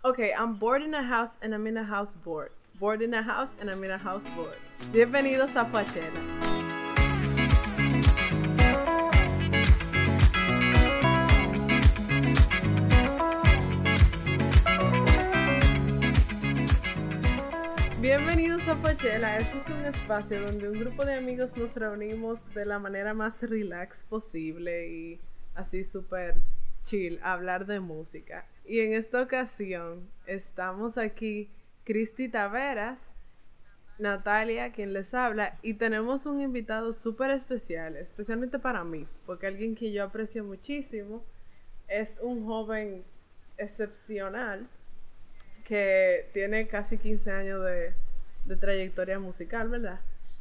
Okay, I'm bored in a house and I'm in a house bored. Bored in a house and I'm in a house bored. Bienvenidos a Poachella. Bienvenidos a Poachella. Este es un espacio donde un grupo de amigos nos reunimos de la manera más relax posible y así súper chill a hablar de música. Y en esta ocasión estamos aquí Cristi Taveras, Natalia, quien les habla, y tenemos un invitado súper especial, especialmente para mí, porque alguien que yo aprecio muchísimo, es un joven excepcional que tiene casi 15 años de trayectoria musical, ¿verdad?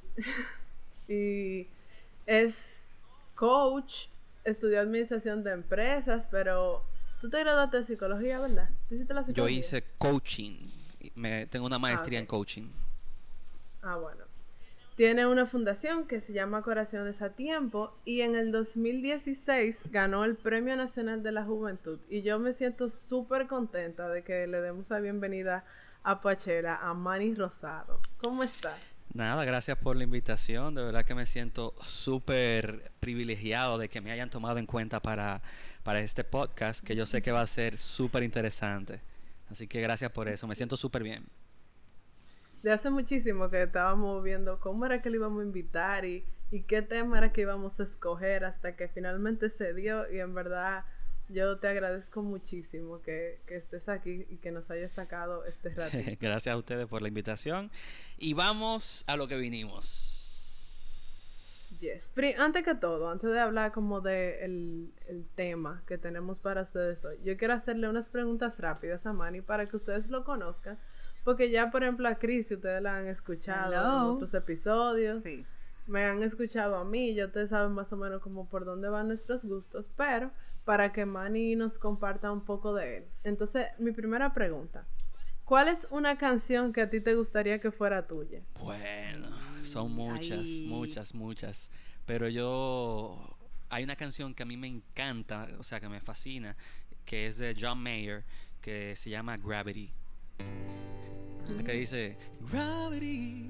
Y es coach, estudió administración de empresas, pero tú te graduaste de psicología, ¿verdad? ¿Tú hiciste la psicología? Yo hice coaching, tengo una maestría en coaching. Ah, bueno. Tiene una fundación que se llama Corazones a Tiempo y en el 2016 ganó el Premio Nacional de la Juventud. Y yo me siento súper contenta de que le demos la bienvenida a Poachella a Manny Rosado. ¿Cómo estás? Nada, gracias por la invitación. De verdad que me siento súper privilegiado de que me hayan tomado en cuenta para este podcast, que yo sé que va a ser súper interesante. Así que gracias por eso. Me siento súper bien. De hace muchísimo que estábamos viendo cómo era que le íbamos a invitar y qué tema era que íbamos a escoger hasta que finalmente se dio, y en verdad yo te agradezco muchísimo que estés aquí y que nos hayas sacado este rato. Gracias a ustedes por la invitación y vamos a lo que vinimos. Yes. Antes que todo, antes de hablar como de el tema que tenemos para ustedes hoy, yo quiero hacerle unas preguntas rápidas a Manny para que ustedes lo conozcan. Porque ya, por ejemplo, a Cris, ustedes la han escuchado en otros episodios. Sí. Me han escuchado a mí, ya ustedes saben más o menos como por dónde van nuestros gustos. Pero para que Manny nos comparta un poco de él. Entonces, mi primera pregunta. ¿Cuál es una canción que a ti te gustaría que fuera tuya? Bueno, son muchas. Pero hay una canción que a mí me encanta, o sea, que me fascina, que es de John Mayer, que se llama Gravity. Que dice Gravity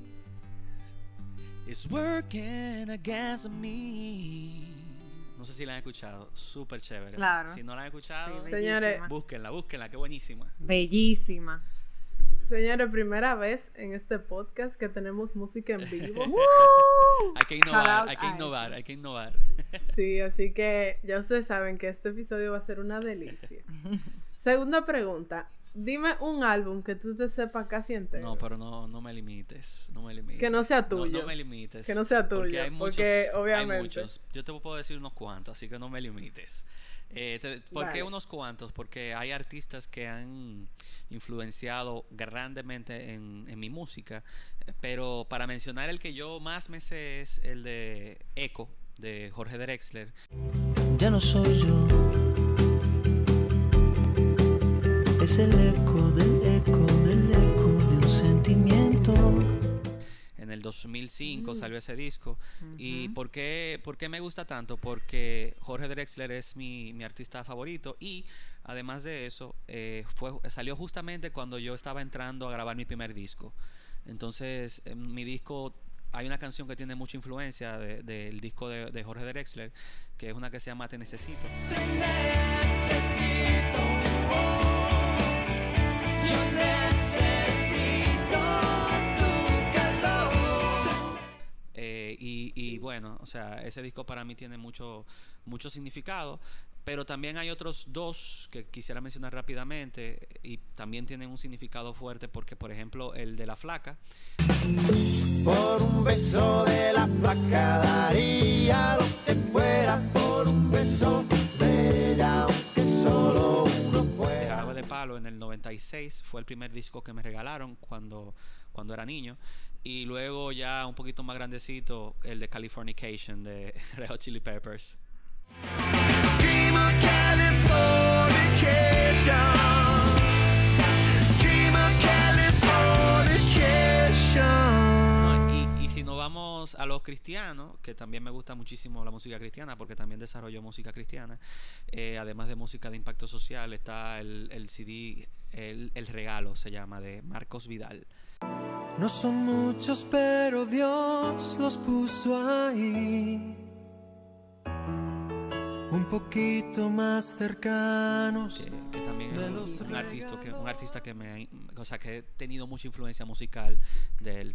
is working against me. No sé si la han escuchado, súper chévere. Claro. Si no la han escuchado, sí, señores, búsquenla, qué buenísima. Bellísima. Señores, primera vez en este podcast que tenemos música en vivo. Hay que innovar. Sí, así que ya ustedes saben que este episodio va a ser una delicia. Segunda pregunta. Dime un álbum que tú te sepas casi entero. No, pero no me limites. Que no sea tuyo. No me limites. Que no sea tuyo. Porque obviamente. Hay muchos. Yo te puedo decir unos cuantos, así que no me limites. ¿Por qué unos cuantos? Porque hay artistas que han influenciado grandemente en mi música. Pero para mencionar el que yo más me sé es el de Echo, de Jorge Drexler. Ya no soy yo. Es el eco de un sentimiento. En el 2005 salió ese disco. ¿Y por qué me gusta tanto? Porque Jorge Drexler es mi artista favorito. Y además de eso, salió justamente cuando yo estaba entrando a grabar mi primer disco. Entonces, en mi disco hay una canción que tiene mucha influencia del disco de Jorge Drexler, que es una que se llama Te Necesito. Te necesito. Yo necesito tu calor. Y bueno, o sea, ese disco para mí tiene mucho significado, pero también hay otros dos que quisiera mencionar rápidamente y también tienen un significado fuerte, porque por ejemplo el de La Flaca. Por un beso de La Flaca daría lo que fuera, por un beso de ella, aunque solo uno fuera. Jarabe de Palo en el 96 fue el primer disco que me regalaron cuando era niño, y luego ya un poquito más grandecito el de Californication de Red Hot Chili Peppers. Dream of Californication. Dream of Californication. Y si nos vamos a los cristianos, que también me gusta muchísimo la música cristiana, porque también desarrollo música cristiana, además de música de impacto social, está el CD, el Regalo se llama, de Marcos Vidal. No son muchos, pero Dios los puso ahí, un poquito más cercanos. Que también es un artista que que he tenido mucha influencia musical de él.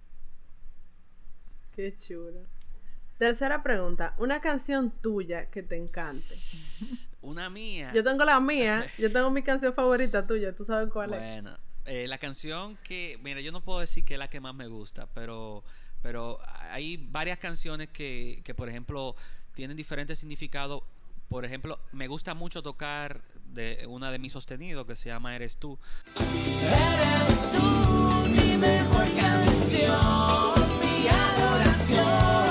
Qué chulo. Tercera pregunta, una canción tuya que te encante. Una mía. Yo tengo la mía, yo tengo mi canción favorita tuya, ¿tú sabes cuál es? Bueno, la canción que, mira, yo no puedo decir que es la que más me gusta, pero hay varias canciones que por ejemplo, tienen diferentes significados. Por ejemplo, me gusta mucho tocar de una de mis sostenidos que se llama Eres Tú. Eres tú mi mejor canción, mi adoración.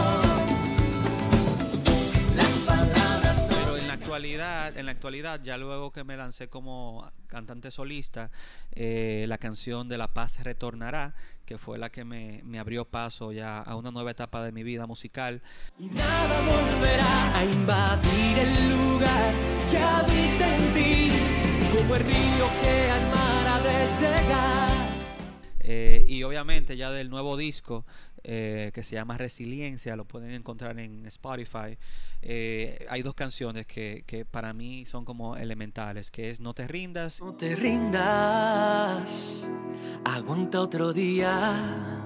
Las palabras. Pero en la actualidad, ya luego que me lancé como cantante solista, la canción de La Paz Retornará, que fue la que me abrió paso ya a una nueva etapa de mi vida musical. Y nada volverá a invadir el lugar que habita en ti, como el río que al mar ha de llegar. Y obviamente ya del nuevo disco, que se llama Resiliencia, lo pueden encontrar en Spotify. Hay dos canciones que para mí son como elementales, que es No te rindas. No te rindas, aguanta otro día,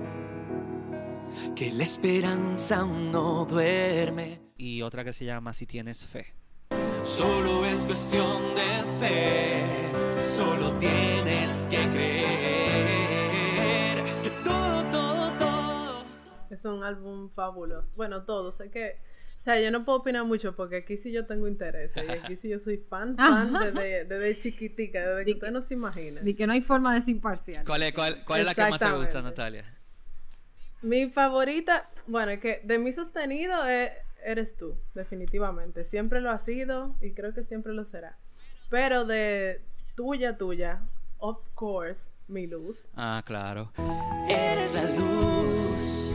que la esperanza aún no duerme. Y otra que se llama Si tienes fe. Solo es cuestión de fe, solo tienes que creer que todo. Es un álbum fabuloso. Bueno, todo, sé que... O sea, yo no puedo opinar mucho porque aquí sí yo tengo interés. Y aquí sí yo soy fan desde chiquitica, desde que usted no se imagina. Y que no hay forma de ser imparcial. ¿Cuál es la que más te gusta, Natalia? Mi favorita, bueno, es que de mi sostenido eres tú, definitivamente. Siempre lo ha sido y creo que siempre lo será. Pero de tuya, of course, Mi Luz. Ah, claro. Eres la luz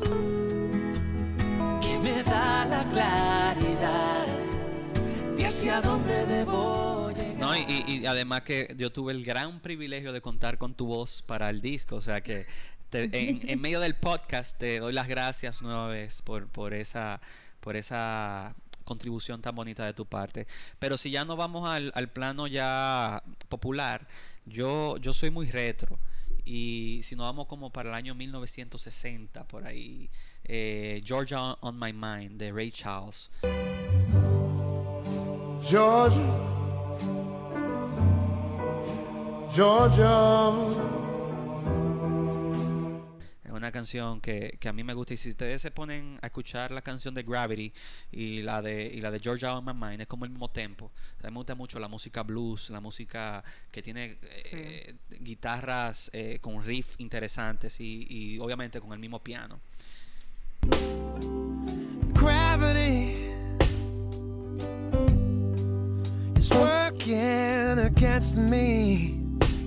que me da la claridad de hacia dónde debo llegar. No, y además que yo tuve el gran privilegio de contar con tu voz para el disco, o sea que en medio del podcast te doy las gracias nueva vez por esa contribución tan bonita de tu parte. Pero si ya no vamos al plano ya popular, yo soy muy retro. Y si nos vamos como para el año 1960, por ahí, Georgia on My Mind, de Ray Charles. Georgia, Es una canción que a mí me gusta, y si ustedes se ponen a escuchar la canción de Gravity y la de Georgia on My Mind, es como el mismo tempo. O sea, me gusta mucho la música blues, la música que tiene guitarras con riffs interesantes y obviamente con el mismo piano. Gravity is working against me.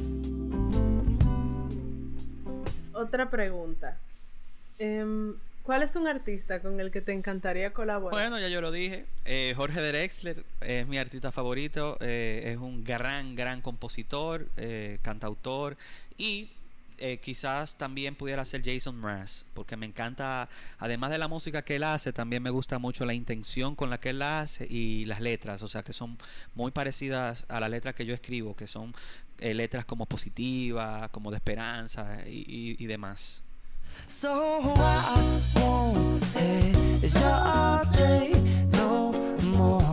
Otra pregunta. ¿Cuál es un artista con el que te encantaría colaborar? Bueno, ya yo lo dije. Jorge Drexler es mi artista favorito. Es un gran compositor, cantautor. Y quizás también pudiera ser Jason Mraz, porque me encanta, además de la música que él hace, también me gusta mucho la intención con la que él la hace y las letras, o sea, que son muy parecidas a las letras que yo escribo, que son letras como positivas, como de esperanza y demás. So I won't hesitate no more.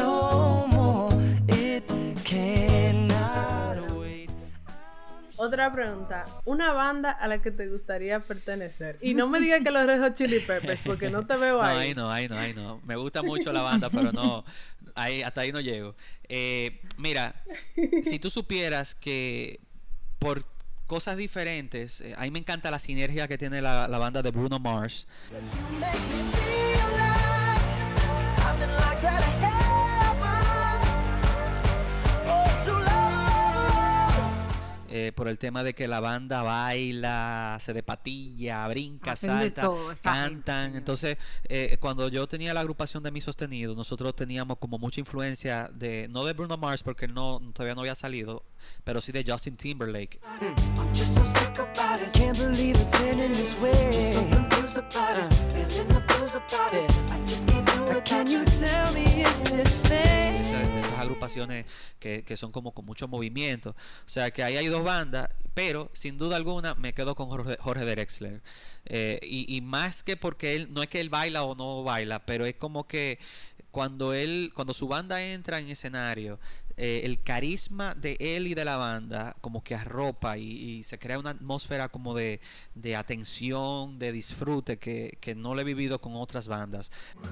It cannot wait. Otra pregunta. Una banda a la que te gustaría pertenecer. Y no me digas que los Red Hot Chili Peppers, porque no te veo ahí. No, ahí no. Me gusta mucho la banda, pero no. Hasta ahí no llego. Mira, si tú supieras que por cosas diferentes, a mí me encanta la sinergia que tiene la banda de Bruno Mars. Por por el tema de que la banda baila, se de patilla, brinca, salta, cantan. Entonces, cuando yo tenía la agrupación de Mi Sostenido, nosotros teníamos como mucha influencia de, no de Bruno Mars porque no todavía no había salido, pero sí de Justin Timberlake. I'm just so sick about it. Can't believe it's ending this way. Just so confused about it. Feeling confused about it. I just can't do it. Can you tell me is this fake? Esas agrupaciones que son como con mucho movimiento. O sea que ahí hay dos bandas, pero sin duda alguna me quedo con Jorge Drexler. Y más que porque él, no es que él baila o no baila, pero es como que cuando su banda entra en escenario, el carisma de él y de la banda como que arropa y se crea una atmósfera como de atención, de disfrute que no lo he vivido con otras bandas.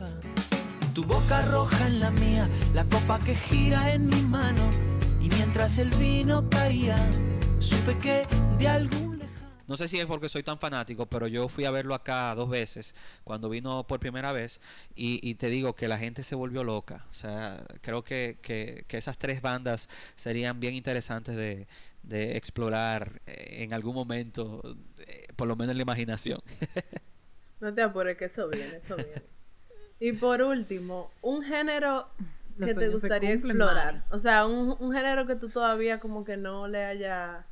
Tu boca roja en la mía, la copa que gira en mi mano, y mientras el vino caía, supe que de algún lejano... No sé si es porque soy tan fanático, pero yo fui a verlo acá 2 veces, cuando vino por primera vez, y te digo que la gente se volvió loca. O sea, creo que esas 3 bandas serían bien interesantes de explorar en algún momento, por lo menos en la imaginación. No te apures, que eso viene, eso viene. Y por último, un género que te gustaría explorar. O sea, un género que tú todavía como que no le haya...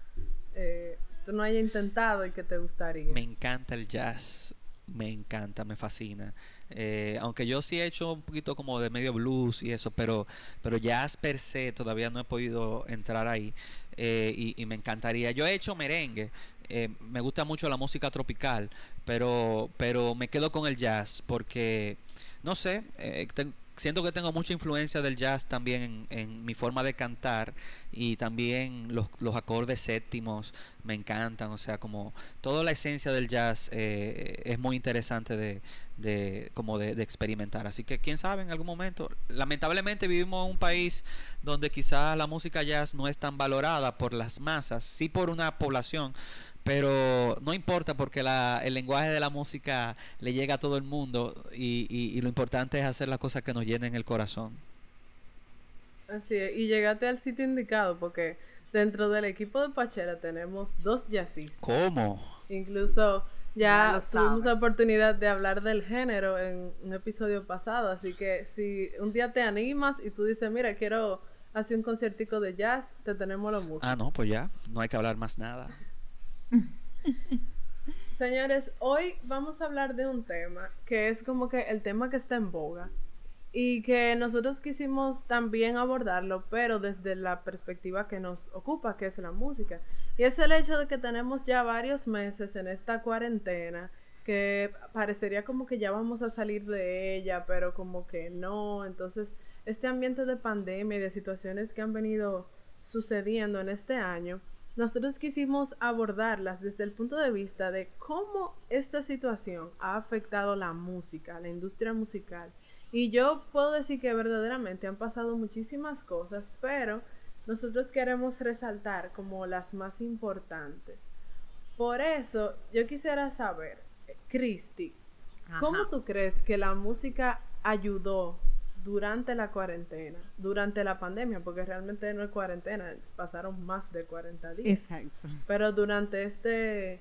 tú no hayas intentado y que te gustaría. Me encanta el jazz. Me encanta, me fascina. Aunque yo sí he hecho un poquito como de medio blues y eso, pero jazz per se todavía no he podido entrar ahí. Y me encantaría. Yo he hecho merengue. Me gusta mucho la música tropical, pero me quedo con el jazz porque, no sé, siento que tengo mucha influencia del jazz también en mi forma de cantar, y también los acordes séptimos me encantan. O sea, como toda la esencia del jazz es muy interesante de experimentar. Así que quién sabe, en algún momento. Lamentablemente vivimos en un país donde quizás la música jazz no es tan valorada por las masas, sí por una población, pero no importa porque el lenguaje de la música le llega a todo el mundo, y lo importante es hacer las cosas que nos llenen el corazón. Así es, y llegaste al sitio indicado porque dentro del equipo de Pachera tenemos 2 jazzistas. ¿Cómo? Incluso ya tuvimos la oportunidad de hablar del género en un episodio pasado, así que si un día te animas y tú dices, mira, quiero hacer un conciertico de jazz, te tenemos los músicos. Ah, no, pues ya, no hay que hablar más nada. Señores, hoy vamos a hablar de un tema que es como que el tema que está en boga y que nosotros quisimos también abordarlo, pero desde la perspectiva que nos ocupa, que es la música. Y es el hecho de que tenemos ya varios meses en esta cuarentena, que parecería como que ya vamos a salir de ella, pero como que no. Entonces, este ambiente de pandemia y de situaciones que han venido sucediendo en este año, nosotros quisimos abordarlas desde el punto de vista de cómo esta situación ha afectado la música, la industria musical. Y yo puedo decir que verdaderamente han pasado muchísimas cosas, pero nosotros queremos resaltar como las más importantes. Por eso, yo quisiera saber, Cristi, ¿cómo tú crees que la música ayudó durante la cuarentena, durante la pandemia? Porque realmente no es cuarentena, pasaron más de 40 días. Exacto. Pero durante este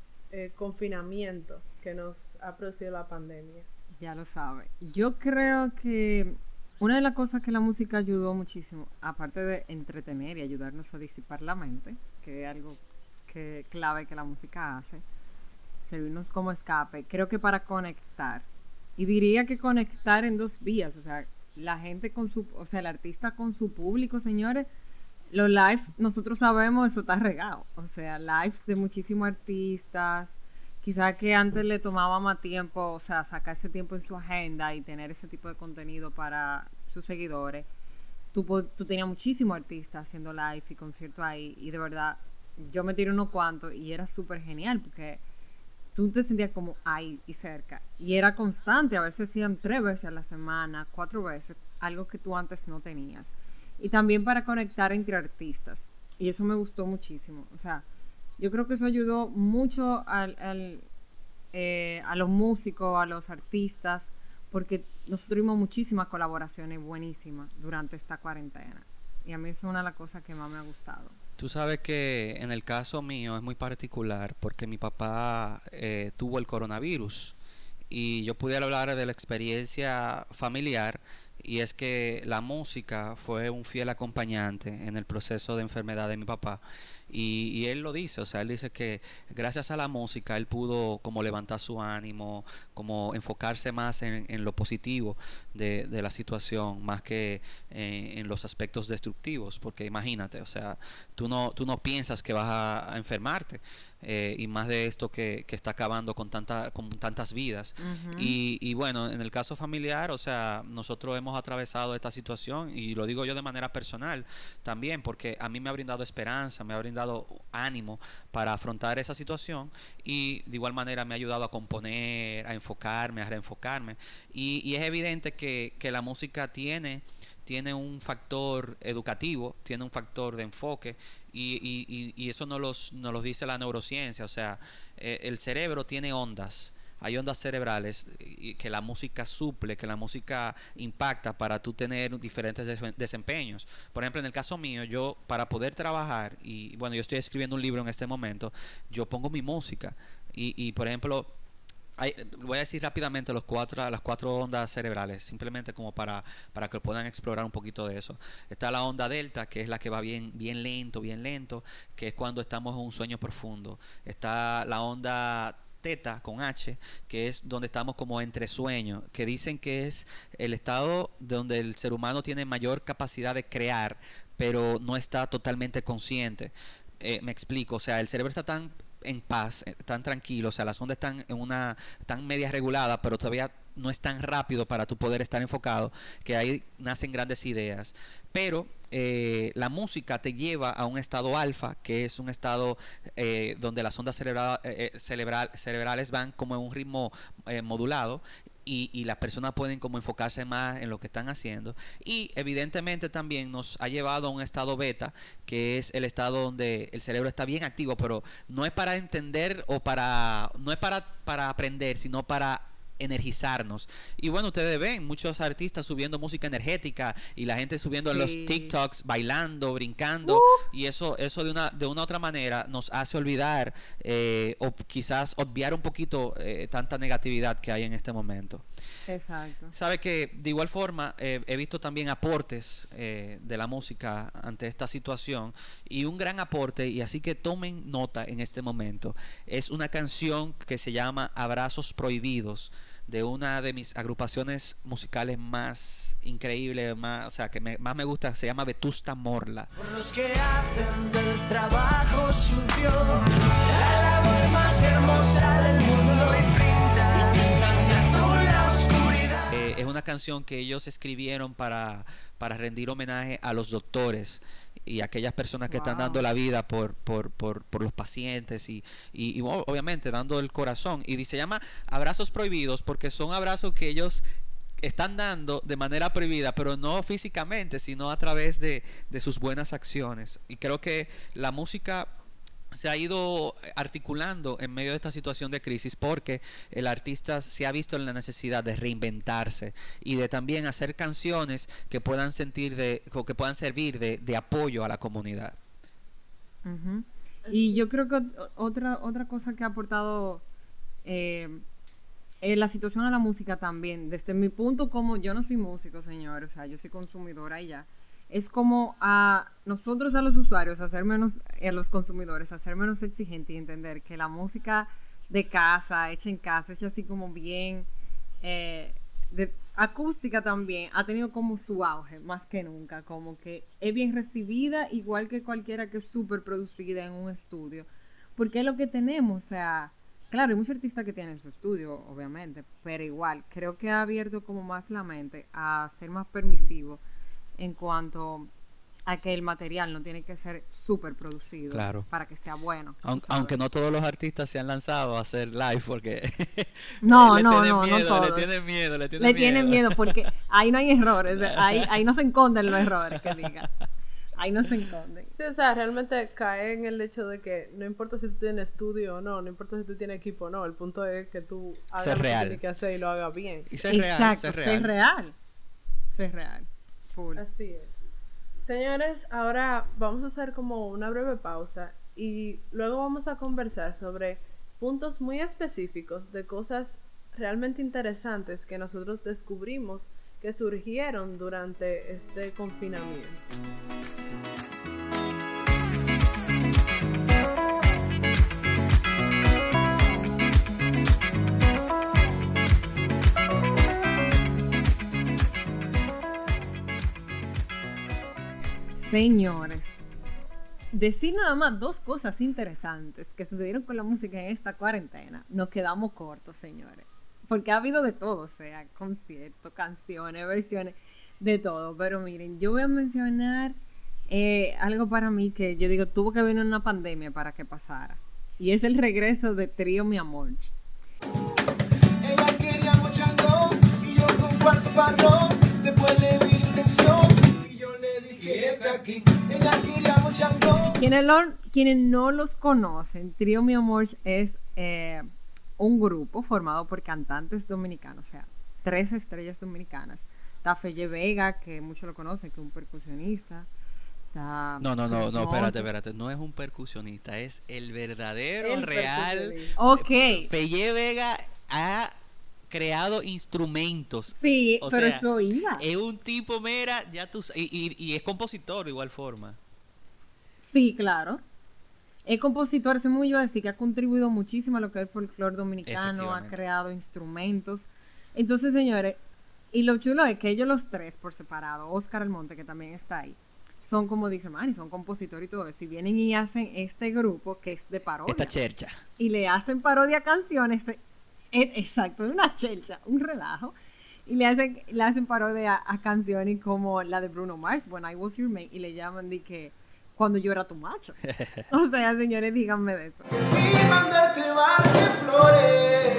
confinamiento que nos ha producido la pandemia. Ya lo sabe. Yo creo que una de las cosas que la música ayudó muchísimo, aparte de entretener y ayudarnos a disipar la mente, que es algo clave que la música hace, servirnos como escape, creo que para conectar. Y diría que conectar en 2 vías, o sea, la gente el artista con su público, señores. Los lives, nosotros sabemos, eso está regado. O sea, lives de muchísimos artistas, quizás que antes le tomaba más tiempo, o sea, sacar ese tiempo en su agenda y tener ese tipo de contenido para sus seguidores. Tú tenías muchísimos artistas haciendo live y conciertos ahí, y de verdad, yo me tiré unos cuantos y era súper genial, porque tú te sentías como ahí y cerca, y era constante. A veces hacían 3 veces a la semana, 4 veces, algo que tú antes no tenías. Y también para conectar entre artistas, y eso me gustó muchísimo. O sea, yo creo que eso ayudó mucho a los músicos, a los artistas, porque nosotros tuvimos muchísimas colaboraciones buenísimas durante esta cuarentena, y a mí eso es una de las cosas que más me ha gustado. Tú sabes que en el caso mío es muy particular porque mi papá tuvo el coronavirus y yo pude hablar de la experiencia familiar y es que la música fue un fiel acompañante en el proceso de enfermedad de mi papá y él lo dice, o sea, él dice que gracias a la música él pudo como levantar su ánimo, como enfocarse más en lo positivo de la situación, más que en los aspectos destructivos, porque imagínate, o sea, tú no piensas que vas a enfermarte, y más de esto que está acabando con tantas vidas. Ujú. Y bueno, en el caso familiar, o sea, nosotros hemos atravesado esta situación y lo digo yo de manera personal también, porque a mí me ha brindado esperanza, me ha brindado ánimo para afrontar esa situación y de igual manera me ha ayudado a componer, a enfocarme, a reenfocarme. Y es evidente que la música tiene un factor educativo, tiene un factor de enfoque y eso nos los dice la neurociencia, o sea, el cerebro tiene ondas. Hay ondas cerebrales que la música suple, que la música impacta para tú tener diferentes desempeños. Por ejemplo, en el caso mío, yo para poder trabajar, y bueno, yo estoy escribiendo un libro en este momento, yo pongo mi música. Y por ejemplo, voy a decir rápidamente las cuatro ondas cerebrales, simplemente como para que puedan explorar un poquito de eso. Está la onda delta, que es la que va bien lento, que es cuando estamos en un sueño profundo. Está la onda teta con H, que es donde estamos como entre sueños, que dicen que es el estado donde el ser humano tiene mayor capacidad de crear, pero no está totalmente consciente. Me explico, o sea, el cerebro está tan en paz, tan tranquilo, o sea, las ondas están medias reguladas, pero todavía no es tan rápido para tu poder estar enfocado, que ahí nacen grandes ideas. Pero la música te lleva a un estado alfa, que es un estado donde las ondas cerebrales van como en un ritmo modulado y las personas pueden como enfocarse más en lo que están haciendo y evidentemente también nos ha llevado a un estado beta, que es el estado donde el cerebro está bien activo, pero no es para entender no es para aprender, sino para energizarnos. Y bueno, ustedes ven muchos artistas subiendo música energética y la gente subiendo en los Sí. TikToks, bailando, brincando, y eso de una otra manera nos hace olvidar o quizás obviar un poquito tanta negatividad que hay en este momento. Exacto. Sabe que de igual forma he visto también aportes de la música ante esta situación y un gran aporte, y así que tomen nota en este momento, es una canción que se llama Abrazos Prohibidos, de una de mis agrupaciones musicales más increíbles, o sea, que más me gusta, se llama Vetusta Morla. Por los que hacen del trabajo sucio la labor más hermosa del mundo y pintan de azul la oscuridad. Es una canción que ellos escribieron para rendir homenaje a los doctores y aquellas personas que están Wow. dando la vida por los pacientes y obviamente dando el corazón. Y se llama Abrazos Prohibidos porque son abrazos que ellos están dando de manera prohibida, pero no físicamente, sino a través de sus buenas acciones. Y creo que la música se ha ido articulando en medio de esta situación de crisis porque el artista se ha visto en la necesidad de reinventarse y de también hacer canciones que puedan que puedan servir de apoyo a la comunidad. Ujú. Y yo creo que otra cosa que ha aportado la situación a la música también, desde mi punto, como yo no soy músico, señor, o sea, yo soy consumidora y ya, es como a nosotros, a los usuarios, a los consumidores, hacer menos exigente y entender que la música de casa, hecha en casa, hecha así como bien, acústica también, ha tenido como su auge, más que nunca, como que es bien recibida, igual que cualquiera que es súper producida en un estudio, porque es lo que tenemos, o sea, claro, hay muchos artistas que tienen su estudio, obviamente, pero igual, creo que ha abierto como más la mente a ser más permisivo en cuanto a que el material no tiene que ser súper producido, Claro. para que sea bueno. Aunque no todos los artistas se han lanzado a hacer live porque No, le no, tienen no, no miedo, todos. le tienen miedo, Le tienen miedo porque ahí no hay errores, ahí no se esconden los errores, que diga. Ahí no se esconden. Sí, o sea, realmente cae en el hecho de que no importa si tú tienes estudio o no, no importa si tú tienes equipo o no, el punto es que tú hagas Ser lo que real. tienes que hacer y lo hagas bien. Y ser real, Exacto, ser ser real. real. Ser real. Full. Así es. Señores, ahora vamos a hacer como una breve pausa y luego vamos a conversar sobre puntos muy específicos de cosas realmente interesantes que nosotros descubrimos que surgieron durante este confinamiento. Señores, decir nada más dos cosas interesantes que sucedieron con la música en esta cuarentena, nos quedamos cortos, señores. Porque ha habido de todo, o sea, conciertos, canciones, versiones, de todo. Pero miren, yo voy a mencionar algo para mí que yo digo, tuvo que venir una pandemia para que pasara. Y es el regreso de Trío Mi Amor. Ella quería mochando y yo con cuarto parro. Después le vi la intención y yo le dije está aquí. Ella quería mochando. Quienes no los conocen, Trío Mi Amor es un grupo formado por cantantes dominicanos, o sea, 3 estrellas dominicanas. Está Felle Vega, que muchos lo conocen, que es un percusionista. No, espérate, no es un percusionista, es el verdadero, El real. Ok. Felle Vega ha creado instrumentos. Sí, o pero sea, eso iba. es un tipo, mira, ya tú, y es compositor de igual forma. Sí, claro. Es compositor, eso me iba a decir que ha contribuido muchísimo a lo que es el folclore dominicano, ha creado instrumentos. Entonces, señores, y lo chulo es que ellos los 3 por separado, Oscar Almonte, que también está ahí, son como dice Manny, son compositores y todo eso. Y vienen y hacen este grupo que es de parodia. Esta chercha. Y le hacen parodia a canciones. Exacto, es una chercha, un relajo. Y le hacen parodia a canciones como la de Bruno Mars, When I Was Your Man, y le llaman de que cuando yo era tu macho. O sea, señores, díganme de eso. Y mandarte de flores.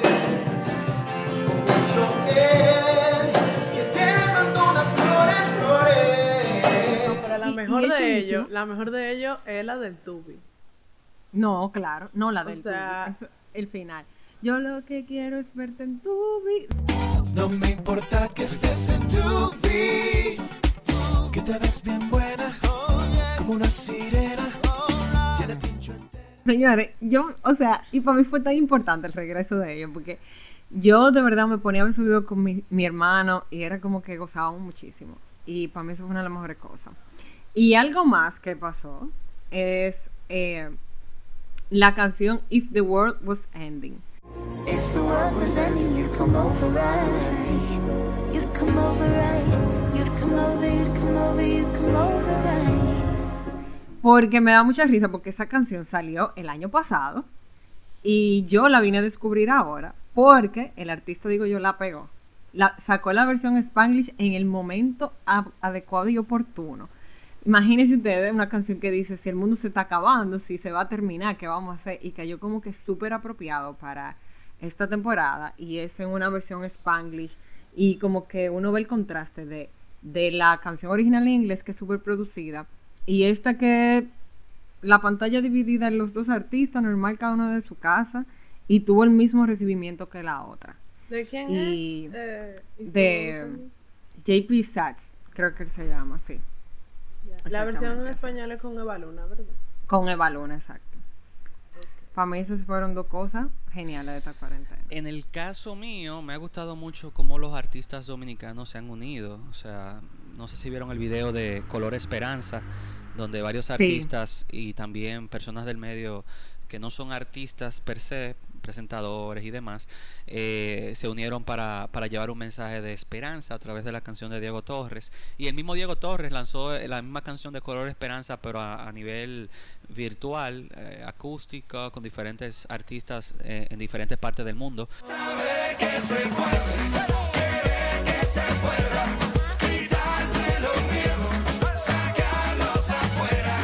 Eso él, que te mandó unas flores. No, pero la mejor de ellos es la del Tubi. No, claro, no la del O sea, tubi, el final. Yo lo que quiero es verte en tu vida. No me importa que estés en tu vida, que te ves bien buena, como una sirena. Ya te pincho entera. Señores, o sea, y para mí fue tan importante el regreso de ellos, porque yo de verdad me ponía a ver su video con mi hermano y era como que gozábamos muchísimo. Y para mí eso fue una de las mejores cosas. Y algo más que pasó es la canción If the World Was Ending. If the world was ending, you'd come over right. You'd come over right. You'd come over, you'd come over, you'd come over right. Porque me da mucha risa porque esa canción salió el año pasado y yo la vine a descubrir ahora porque el artista, digo yo, la pegó. Sacó la versión Spanglish en el momento adecuado y oportuno. Imagínense ustedes una canción que dice si el mundo se está acabando, si se va a terminar, ¿qué vamos a hacer? Y cayó como que súper apropiado para esta temporada y es en una versión Spanglish y como que uno ve el contraste de la canción original en inglés que es súper producida y esta que la pantalla dividida en los dos artistas, normal cada uno de su casa y tuvo el mismo recibimiento que la otra. ¿De quién y es? De JP Sachs, creo que se llama, sí. La versión en Exactamente. español es con Eva Luna, ¿verdad? Con Eva Luna, exacto. Okay. Para mí esas fueron dos cosas geniales de esta cuarentena. En el caso mío, me ha gustado mucho cómo los artistas dominicanos se han unido. O sea, no sé si vieron el video de Color Esperanza, donde varios artistas y también personas del medio que no son artistas per se, presentadores y demás, se unieron para llevar un mensaje de esperanza a través de la canción de Diego Torres. Y el mismo Diego Torres lanzó la misma canción de Color Esperanza, pero a nivel virtual, acústica, con diferentes artistas en diferentes partes del mundo. Saber que se puede, querer que se pueda, quitarse los miedos, sacarlos afuera.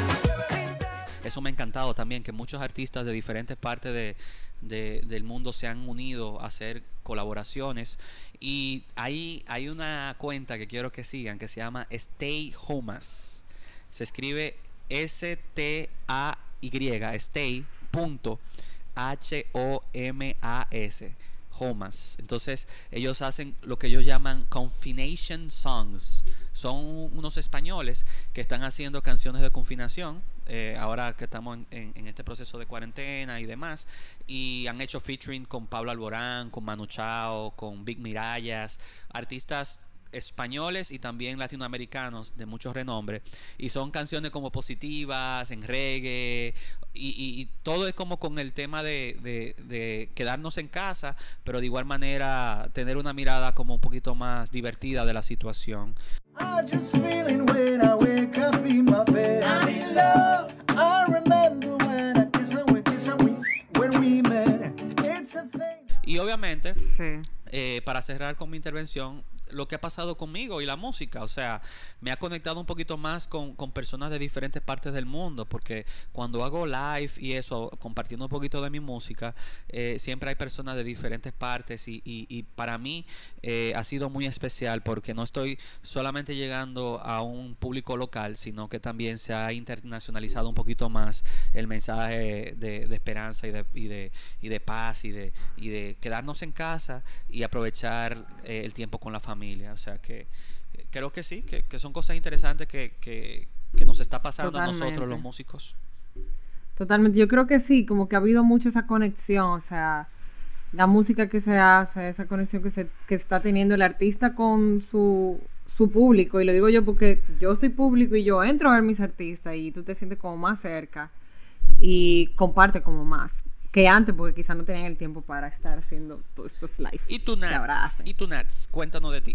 Eso me ha encantado también, que muchos artistas de diferentes partes del mundo se han unido a hacer colaboraciones. Y ahí hay una cuenta que quiero que sigan, que se llama Stay Homas. Se escribe STAY, stay.HOMAS. homas. Entonces ellos hacen lo que ellos llaman confination songs. Son unos españoles que están haciendo canciones de confinación, ahora que estamos en este proceso de cuarentena y demás, y han hecho featuring con Pablo Alborán, con Manu Chao, con Big Mirallas, artistas españoles y también latinoamericanos de mucho renombre, y son canciones como positivas, en reggae, y todo es como con el tema de quedarnos en casa, pero de igual manera tener una mirada como un poquito más divertida de la situación. I just feeling when I wake up in my bed. I'm in love. I remember when I kiss her, when we met. It's a thing. Y obviamente, Sí. para cerrar con mi intervención, lo que ha pasado conmigo y la música, o sea, me ha conectado un poquito más con personas de diferentes partes del mundo, porque cuando hago live y eso, compartiendo un poquito de mi música, siempre hay personas de diferentes partes, y para mí ha sido muy especial, porque no estoy solamente llegando a un público local, sino que también se ha internacionalizado un poquito más el mensaje de esperanza y de paz, y de quedarnos en casa y aprovechar el tiempo con la familia. O sea que creo que sí, que son cosas interesantes que nos está pasando a nosotros los músicos. Totalmente, yo creo que sí, como que ha habido mucho esa conexión, o sea, la música que se hace, esa conexión que está teniendo el artista con su público, y lo digo yo porque yo soy público y yo entro a ver mis artistas y tú te sientes como más cerca y comparte como más que antes, porque quizás no tenían el tiempo para estar haciendo todos estos lives. ¿Y tú, Nats? Cuéntanos de ti.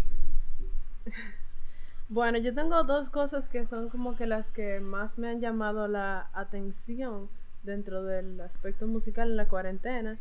Bueno, yo tengo dos cosas que son como que las que más me han llamado la atención dentro del aspecto musical en la cuarentena.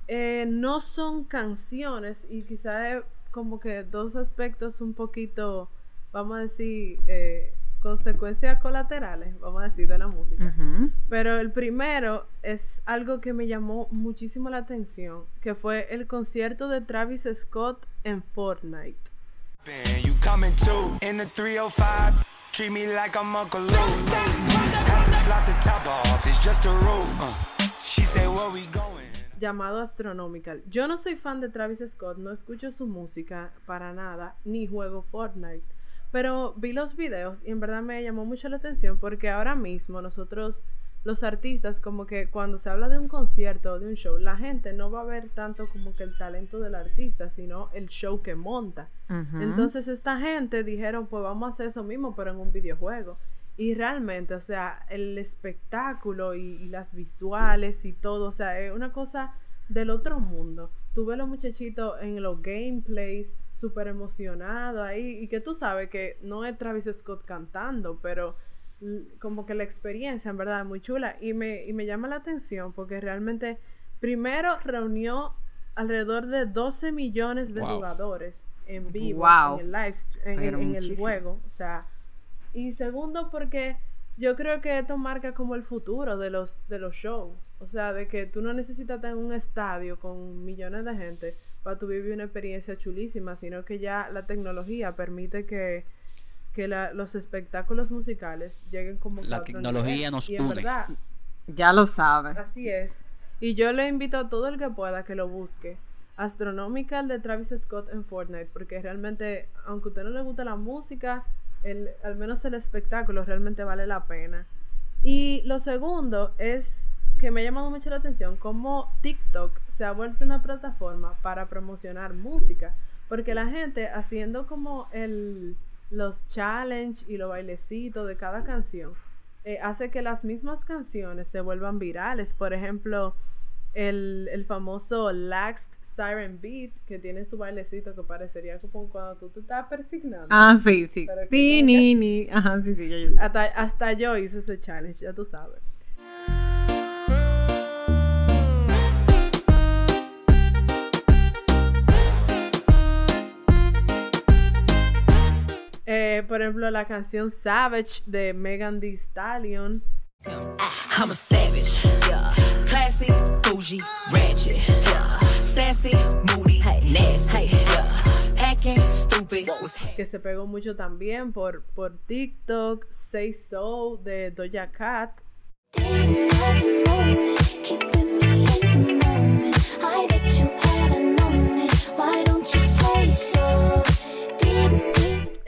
No son canciones, y quizás como que dos aspectos un poquito, vamos a decir, consecuencias colaterales, vamos a decir, de la música. Pero el primero es algo que me llamó muchísimo la atención, que fue el concierto de Travis Scott en Fortnite. You coming too in the 305? Treat me like I'm Uncle Luke. Have to slap the top off, it's just a roof. She said, where we going? Llamado Astronomical. Yo no soy fan de Travis Scott, no escucho su música para nada, ni juego Fortnite. Pero vi los videos y en verdad me llamó mucho la atención, porque ahora mismo nosotros, los artistas, como que cuando se habla de un concierto o de un show, la gente no va a ver tanto como que el talento del artista, sino el show que monta. Entonces esta gente dijeron, pues vamos a hacer eso mismo, pero en un videojuego. Y realmente, o sea, el espectáculo y las visuales y todo, o sea, es una cosa del otro mundo. Tú ves a los muchachitos en los gameplays súper emocionados ahí, y que tú sabes que no es Travis Scott cantando, pero como que la experiencia en verdad es muy chula, y me llama la atención porque realmente primero reunió alrededor de 12 millones de jugadores en vivo, en el live, en el juego, o sea, y segundo porque yo creo que esto marca como el futuro de los shows, o sea, de que tú no necesitas tener un estadio con millones de gente para tu vivir una experiencia chulísima, sino que ya la tecnología permite que los espectáculos musicales lleguen como la tecnología nos une. Verdad, ya lo sabes. Así es. Y yo le invito a todo el que pueda que lo busque. Astronomical de Travis Scott en Fortnite, porque realmente, aunque a usted no le gusta la música, al menos el espectáculo realmente vale la pena. Y lo segundo es que me ha llamado mucho la atención cómo TikTok se ha vuelto una plataforma para promocionar música, porque la gente haciendo como los challenge y los bailecitos de cada canción hace que las mismas canciones se vuelvan virales. Por ejemplo, el famoso Laxed Siren Beat, que tiene su bailecito que parecería como cuando tú te estás persignando. Ah, sí. Sí, ajá, sí, ya. Hasta yo hice ese challenge, ya tú sabes. Por ejemplo, la canción Savage de Megan Thee Stallion. I'm a savage, yeah. Classy, bougie, ratchet, yeah. Sassy, moody, nasty, yeah. Acting stupid. Que se pegó mucho también por TikTok. Say So de Doja Cat. Keeping me in the moment. I bet you had a known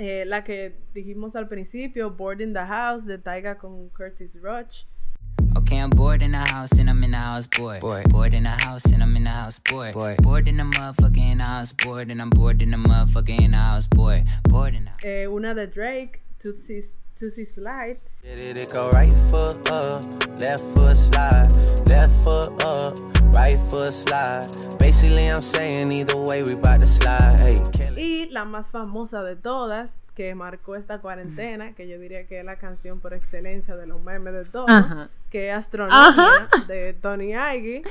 La que dijimos al principio, Bored in the House, de Tyga con Curtis Roach. Okay, I'm bored in the house and I'm in the house bored. Bored in the house and I'm in the house bored. Bored in the motherfucking house bored and I'm bored in the motherfucking house bored. Bored in the Una de Drake, Tootsie Slide. It go right foot up, left foot slide, left foot up, right foot slide. Basically I'm saying either way we bout to slide. Hey, y la más famosa de todas, que marcó esta cuarentena, que yo diría que es la canción por excelencia de los memes de todo, que es Astronomía, de Tony Igue.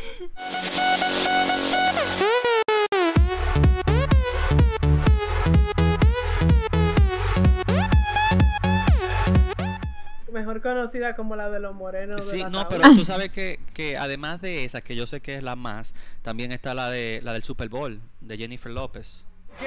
Mejor conocida como la de los morenos. Sí, no, pero tú sabes que además de esa, que yo sé que es la más, también está la del Super Bowl, de Jennifer López.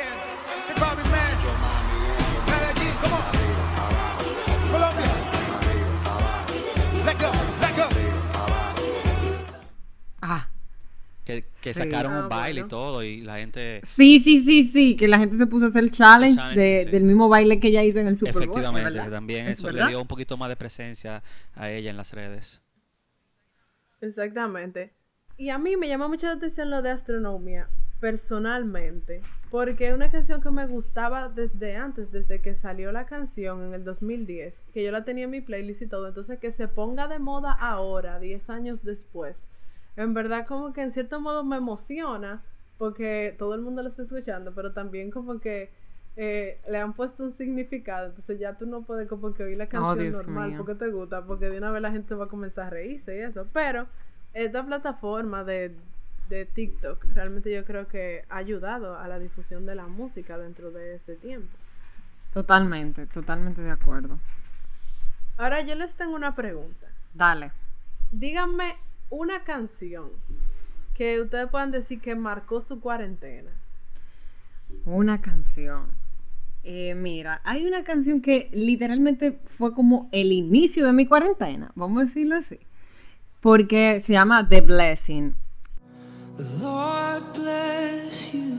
Que sacaron un baile y todo, y la gente... Sí, que la gente se puso a hacer el challenge del mismo baile que ella hizo en el Super Bowl. Efectivamente, que también eso le dio un poquito más de presencia a ella en las redes. Exactamente. Y a mí me llama mucho la atención lo de Astronomía, personalmente, porque es una canción que me gustaba desde antes, desde que salió la canción en el 2010, que yo la tenía en mi playlist y todo, entonces que se ponga de moda ahora, 10 años después, en verdad como que en cierto modo me emociona, porque todo el mundo lo está escuchando, pero también como que le han puesto un significado, entonces ya tú no puedes como que oír la canción normal porque te gusta, porque de una vez la gente va a comenzar a reírse y eso, pero esta plataforma de TikTok realmente yo creo que ha ayudado a la difusión de la música dentro de este tiempo. Totalmente de acuerdo. Ahora yo les tengo una pregunta. Dale. Díganme una canción que ustedes puedan decir que marcó su cuarentena. Una canción. Mira, hay una canción que literalmente fue como el inicio de mi cuarentena, vamos a decirlo así, porque se llama The Blessing. Lord bless you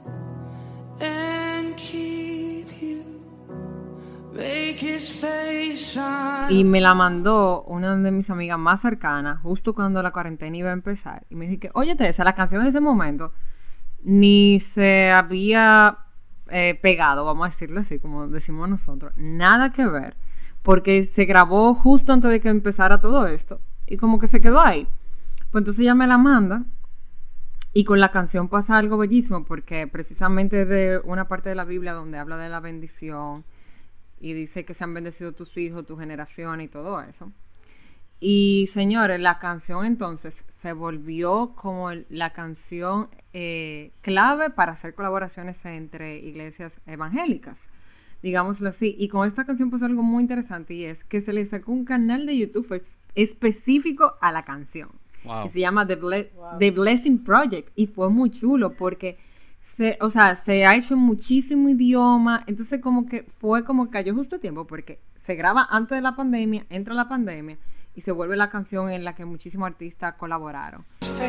and keep you, make his face shine. Y me la mandó una de mis amigas más cercanas justo cuando la cuarentena iba a empezar. Y me dice que, óyete, esa la canción en ese momento ni se había pegado, vamos a decirlo así, como decimos nosotros. Nada que ver, porque se grabó justo antes de que empezara todo esto. Y como que se quedó ahí. Pues entonces ella me la manda. Y con la canción pasa algo bellísimo, porque precisamente es de una parte de la Biblia donde habla de la bendición y dice que se han bendecido tus hijos, tu generación y todo eso. Y señores, la canción entonces se volvió como la canción clave para hacer colaboraciones entre iglesias evangélicas, digámoslo así. Y con esta canción pasó algo muy interesante, y es que se le sacó un canal de YouTube específico a la canción. Wow. Que se llama The Blessing Project, y fue muy chulo porque se ha hecho en muchísimo idioma, entonces como que fue como cayó justo a tiempo porque se graba antes de la pandemia, entra la pandemia y se vuelve la canción en la que muchísimos artistas colaboraron.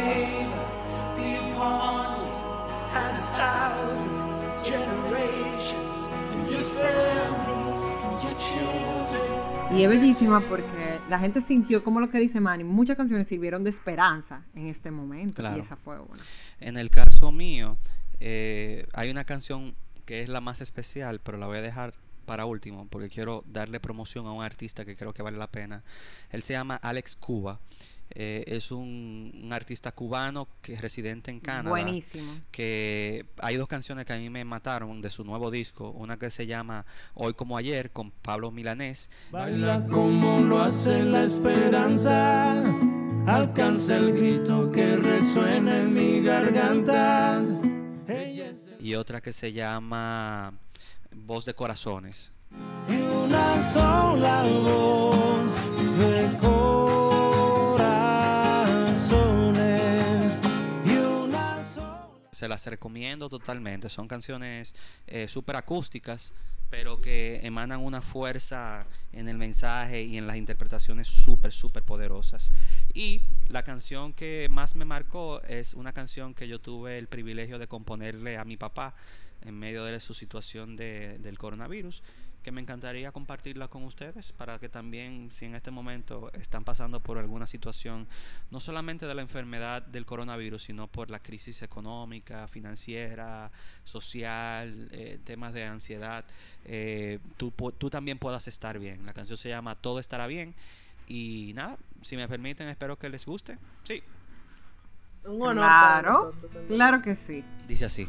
Y es bellísima porque la gente sintió, como lo que dice Manny, muchas canciones sirvieron de esperanza en este momento. Claro. Y esa fue buena. En el caso mío, hay una canción que es la más especial, pero la voy a dejar para último porque quiero darle promoción a un artista que creo que vale la pena. Él se llama Alex Cuba. Es un artista cubano que es residente en Canadá. Buenísimo. Que hay dos canciones que a mí me mataron de su nuevo disco. Una que se llama Hoy como ayer con Pablo Milanés. Baila como lo hace la esperanza, alcanza el grito que resuena en mi garganta. Y otra que se llama Voz de Corazones. Y una sola voz de corazones. se las recomiendo totalmente. Son canciones súper acústicas, pero que emanan una fuerza en el mensaje y en las interpretaciones súper, súper poderosas. Y la canción que más me marcó es una canción que yo tuve el privilegio de componerle a mi papá en medio de su situación del coronavirus, que me encantaría compartirla con ustedes para que también, si en este momento están pasando por alguna situación, no solamente de la enfermedad del coronavirus, sino por la crisis económica, financiera, social, temas de ansiedad, tú también puedas estar bien. La canción se llama Todo estará bien. Y nada, si me permiten, espero que les guste. Sí. Un honor para Claro, nosotros. claro que sí. Dice así.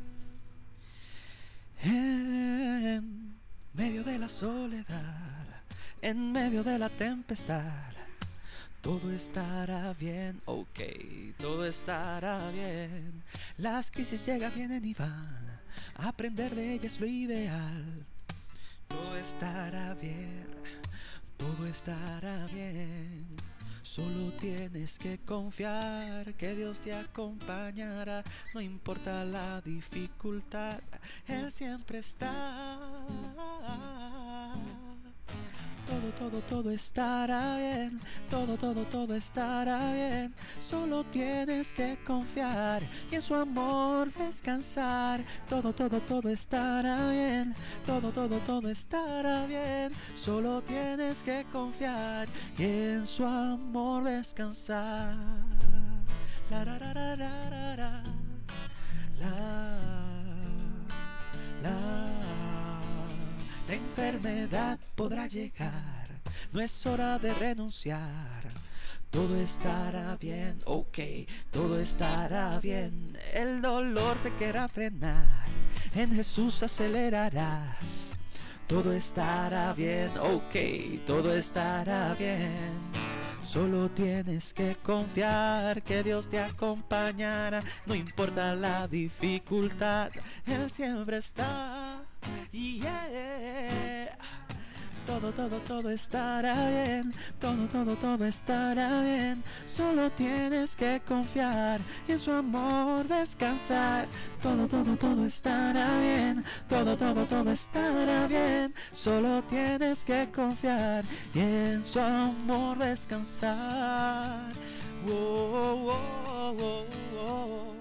En medio de la soledad, en medio de la tempestad, todo estará bien, ok, todo estará bien. Las crisis llegan, vienen y van, aprender de ellas es lo ideal. Todo estará bien, todo estará bien. Solo tienes que confiar que Dios te acompañará. No importa la dificultad, Él siempre está. Todo estará bien. Todo estará bien. Solo tienes que confiar y en su amor descansar. Todo estará bien. Todo estará bien. Solo tienes que confiar y en su amor descansar. La enfermedad podrá llegar, no es hora de renunciar. Todo estará bien, ok, todo estará bien. El dolor te querrá frenar, en Jesús acelerarás. Todo estará bien, ok, todo estará bien. Solo tienes que confiar que Dios te acompañará. No importa la dificultad, Él siempre está. Yeah. Todo estará bien. Todo estará bien. Solo tienes que confiar y en su amor descansar. Todo estará bien. Todo estará bien. Solo tienes que confiar y en su amor descansar. Oh, oh, oh, oh.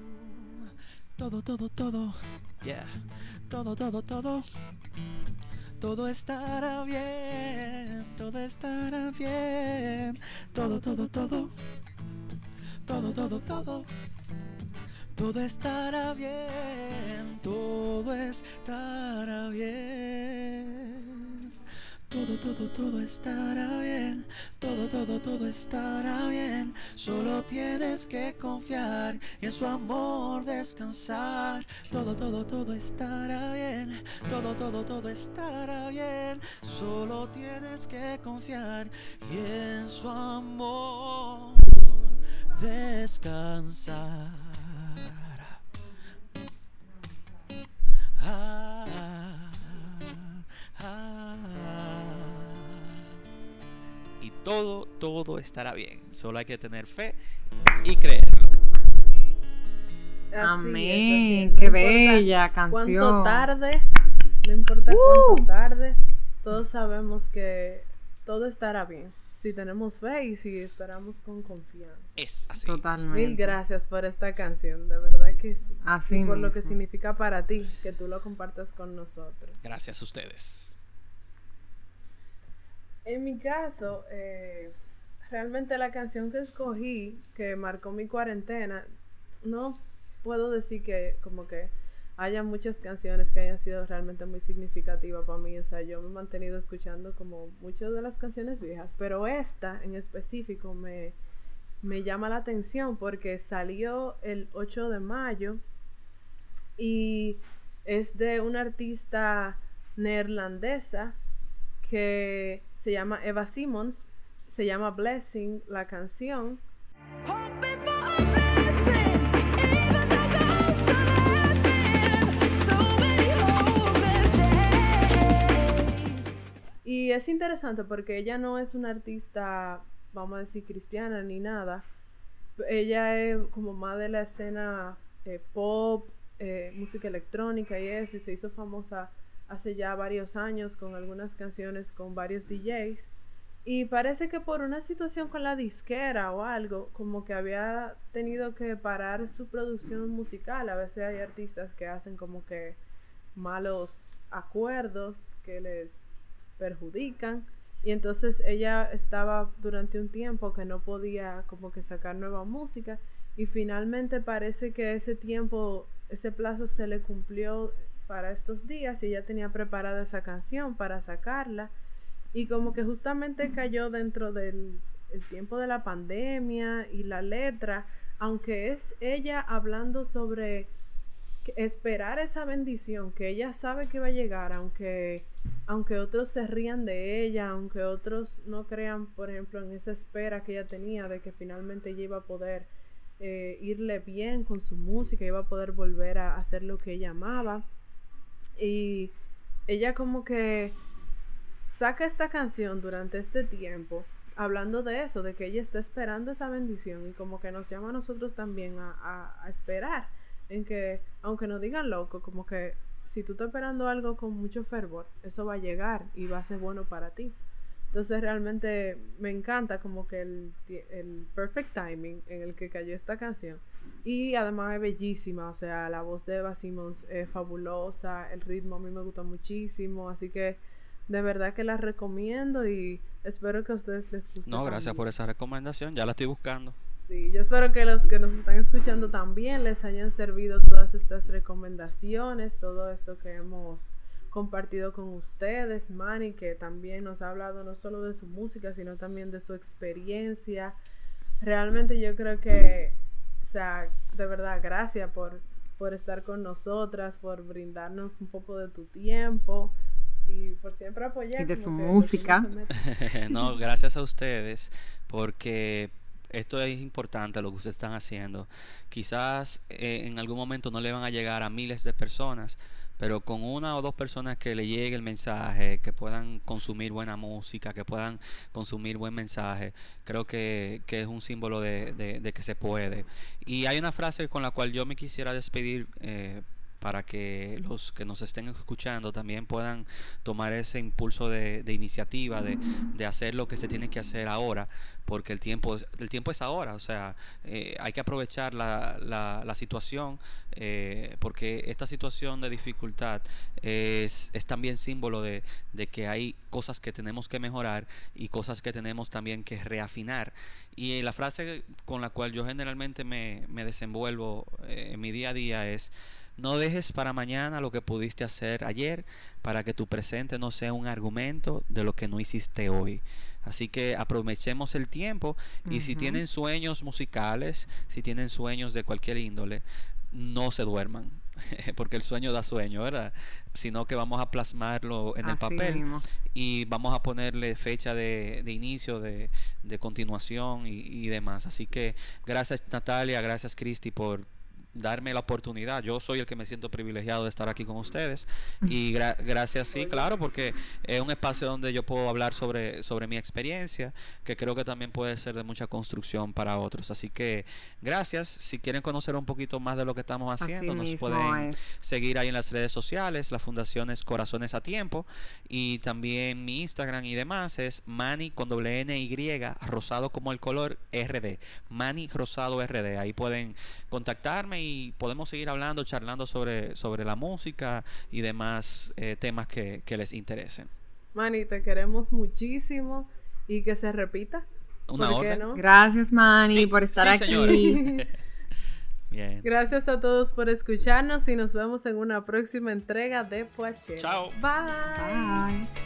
Todo. Yeah. Todo. Todo estará bien, todo estará bien. Todo. Todo estará bien, todo estará bien. Todo estará bien. Todo estará bien. Solo tienes que confiar y en su amor descansar. Todo estará bien. Todo estará bien. Solo tienes que confiar y en su amor descansar. Y todo estará bien. Solo hay que tener fe y creerlo. Amén, qué bella canción. Cuánto tarde, no importa cuánto tarde, todos sabemos que todo estará bien. Si tenemos fe y si esperamos con confianza. Es así. Totalmente. Mil gracias por esta canción, de verdad que sí. Así y por lo mismo. que significa para ti, que tú lo compartas con nosotros. Gracias a ustedes. En mi caso, realmente la canción que escogí, que marcó mi cuarentena, no puedo decir que como que haya muchas canciones que hayan sido realmente muy significativas para mí. O sea, yo me he mantenido escuchando como muchas de las canciones viejas, pero esta en específico me llama la atención porque salió el 8 de mayo y es de una artista neerlandesa que se llama Eva Simons, se llama Blessing la canción. Y es interesante porque ella no es una artista, vamos a decir, cristiana ni nada. Ella es como más de la escena pop, música electrónica y eso, y se hizo famosa hace ya varios años con algunas canciones con varios DJs. Y parece que por una situación con la disquera o algo, como que había tenido que parar su producción musical. A veces hay artistas que hacen como que malos acuerdos que les perjudican. Y entonces ella estaba durante un tiempo que no podía como que sacar nueva música. Y finalmente parece que ese tiempo, ese plazo se le cumplió para estos días y ella tenía preparada esa canción para sacarla. Y como que justamente cayó dentro del el tiempo de la pandemia y la letra, aunque es ella hablando sobre esperar esa bendición que ella sabe que va a llegar, aunque otros se rían de ella, aunque otros no crean, por ejemplo, en esa espera que ella tenía de que finalmente ella iba a poder irle bien con su música, iba a poder volver a hacer lo que ella amaba. Y ella como que saca esta canción durante este tiempo hablando de eso, de que ella está esperando esa bendición, y como que nos llama a nosotros también a esperar en que, aunque nos digan loco, como que si tú estás esperando algo con mucho fervor, eso va a llegar y va a ser bueno para ti. Entonces realmente me encanta como que el perfect timing en el que cayó esta canción. Y además es bellísima, o sea, la voz de Eva Simons es fabulosa, el ritmo a mí me gusta muchísimo, así que de verdad que la recomiendo y espero que a ustedes les guste. No, gracias también por esa recomendación, ya la estoy buscando. Sí, yo espero que los que nos están escuchando también les hayan servido todas estas recomendaciones, todo esto que hemos compartido con ustedes. Manny, que también nos ha hablado no solo de su música, sino también de su experiencia. Realmente yo creo que, o sea, de verdad, gracias por estar con nosotras, por brindarnos un poco de tu tiempo y por siempre apoyar. Y de su música. No, gracias a ustedes, porque esto es importante lo que ustedes están haciendo. Quizás en algún momento no le van a llegar a miles de personas, pero con una o dos personas que le llegue el mensaje, que puedan consumir buena música, que puedan consumir buen mensaje, creo que es un símbolo de que se puede. Y hay una frase con la cual yo me quisiera despedir, para que los que nos estén escuchando también puedan tomar ese impulso de iniciativa, de hacer lo que se tiene que hacer ahora, porque el tiempo es ahora. O sea, hay que aprovechar la situación, porque esta situación de dificultad es también símbolo de que hay cosas que tenemos que mejorar y cosas que tenemos también que reafinar. Y la frase con la cual yo generalmente me desenvuelvo en mi día a día es: no dejes para mañana lo que pudiste hacer ayer, para que tu presente no sea un argumento de lo que no hiciste hoy. Así que aprovechemos el tiempo, y si tienen sueños musicales, si tienen sueños de cualquier índole, no se duerman, porque el sueño da sueño, ¿verdad? Sino que vamos a plasmarlo en el papel mismo, y vamos a ponerle fecha de inicio, de continuación y demás. Así que gracias, Natalia, gracias, Cristi, por darme la oportunidad. Yo soy el que me siento privilegiado de estar aquí con ustedes, y gracias, sí, claro, porque es un espacio donde yo puedo hablar sobre mi experiencia, que creo que también puede ser de mucha construcción para otros. Así que gracias. Si quieren conocer un poquito más de lo que estamos haciendo, nos pueden seguir ahí en las redes sociales. La fundación es Corazones a Tiempo, y también mi Instagram y demás es Manny con doble N-Y, rosado como el color, RD, Manny Rosado RD. Ahí pueden contactarme y podemos seguir hablando, charlando sobre la música y demás temas que les interesen. Manny, te queremos muchísimo y que se repita. ¿Una orden? ¿No? Gracias, Manny, por estar aquí. Bien. Gracias a todos por escucharnos y nos vemos en una próxima entrega de Poachella. Chao. Bye. Bye.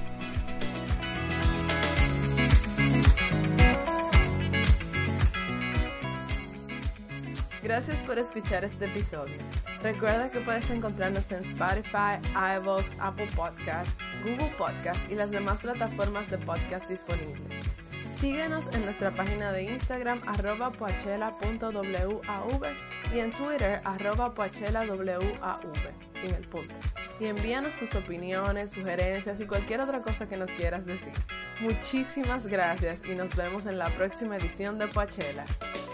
Gracias por escuchar este episodio. Recuerda que puedes encontrarnos en Spotify, iVoox, Apple Podcasts, Google Podcasts y las demás plataformas de podcast disponibles. Síguenos en nuestra página de Instagram @poachella.wav y en Twitter @poachellawav sin el punto. Y envíanos tus opiniones, sugerencias y cualquier otra cosa que nos quieras decir. Muchísimas gracias y nos vemos en la próxima edición de Poachella.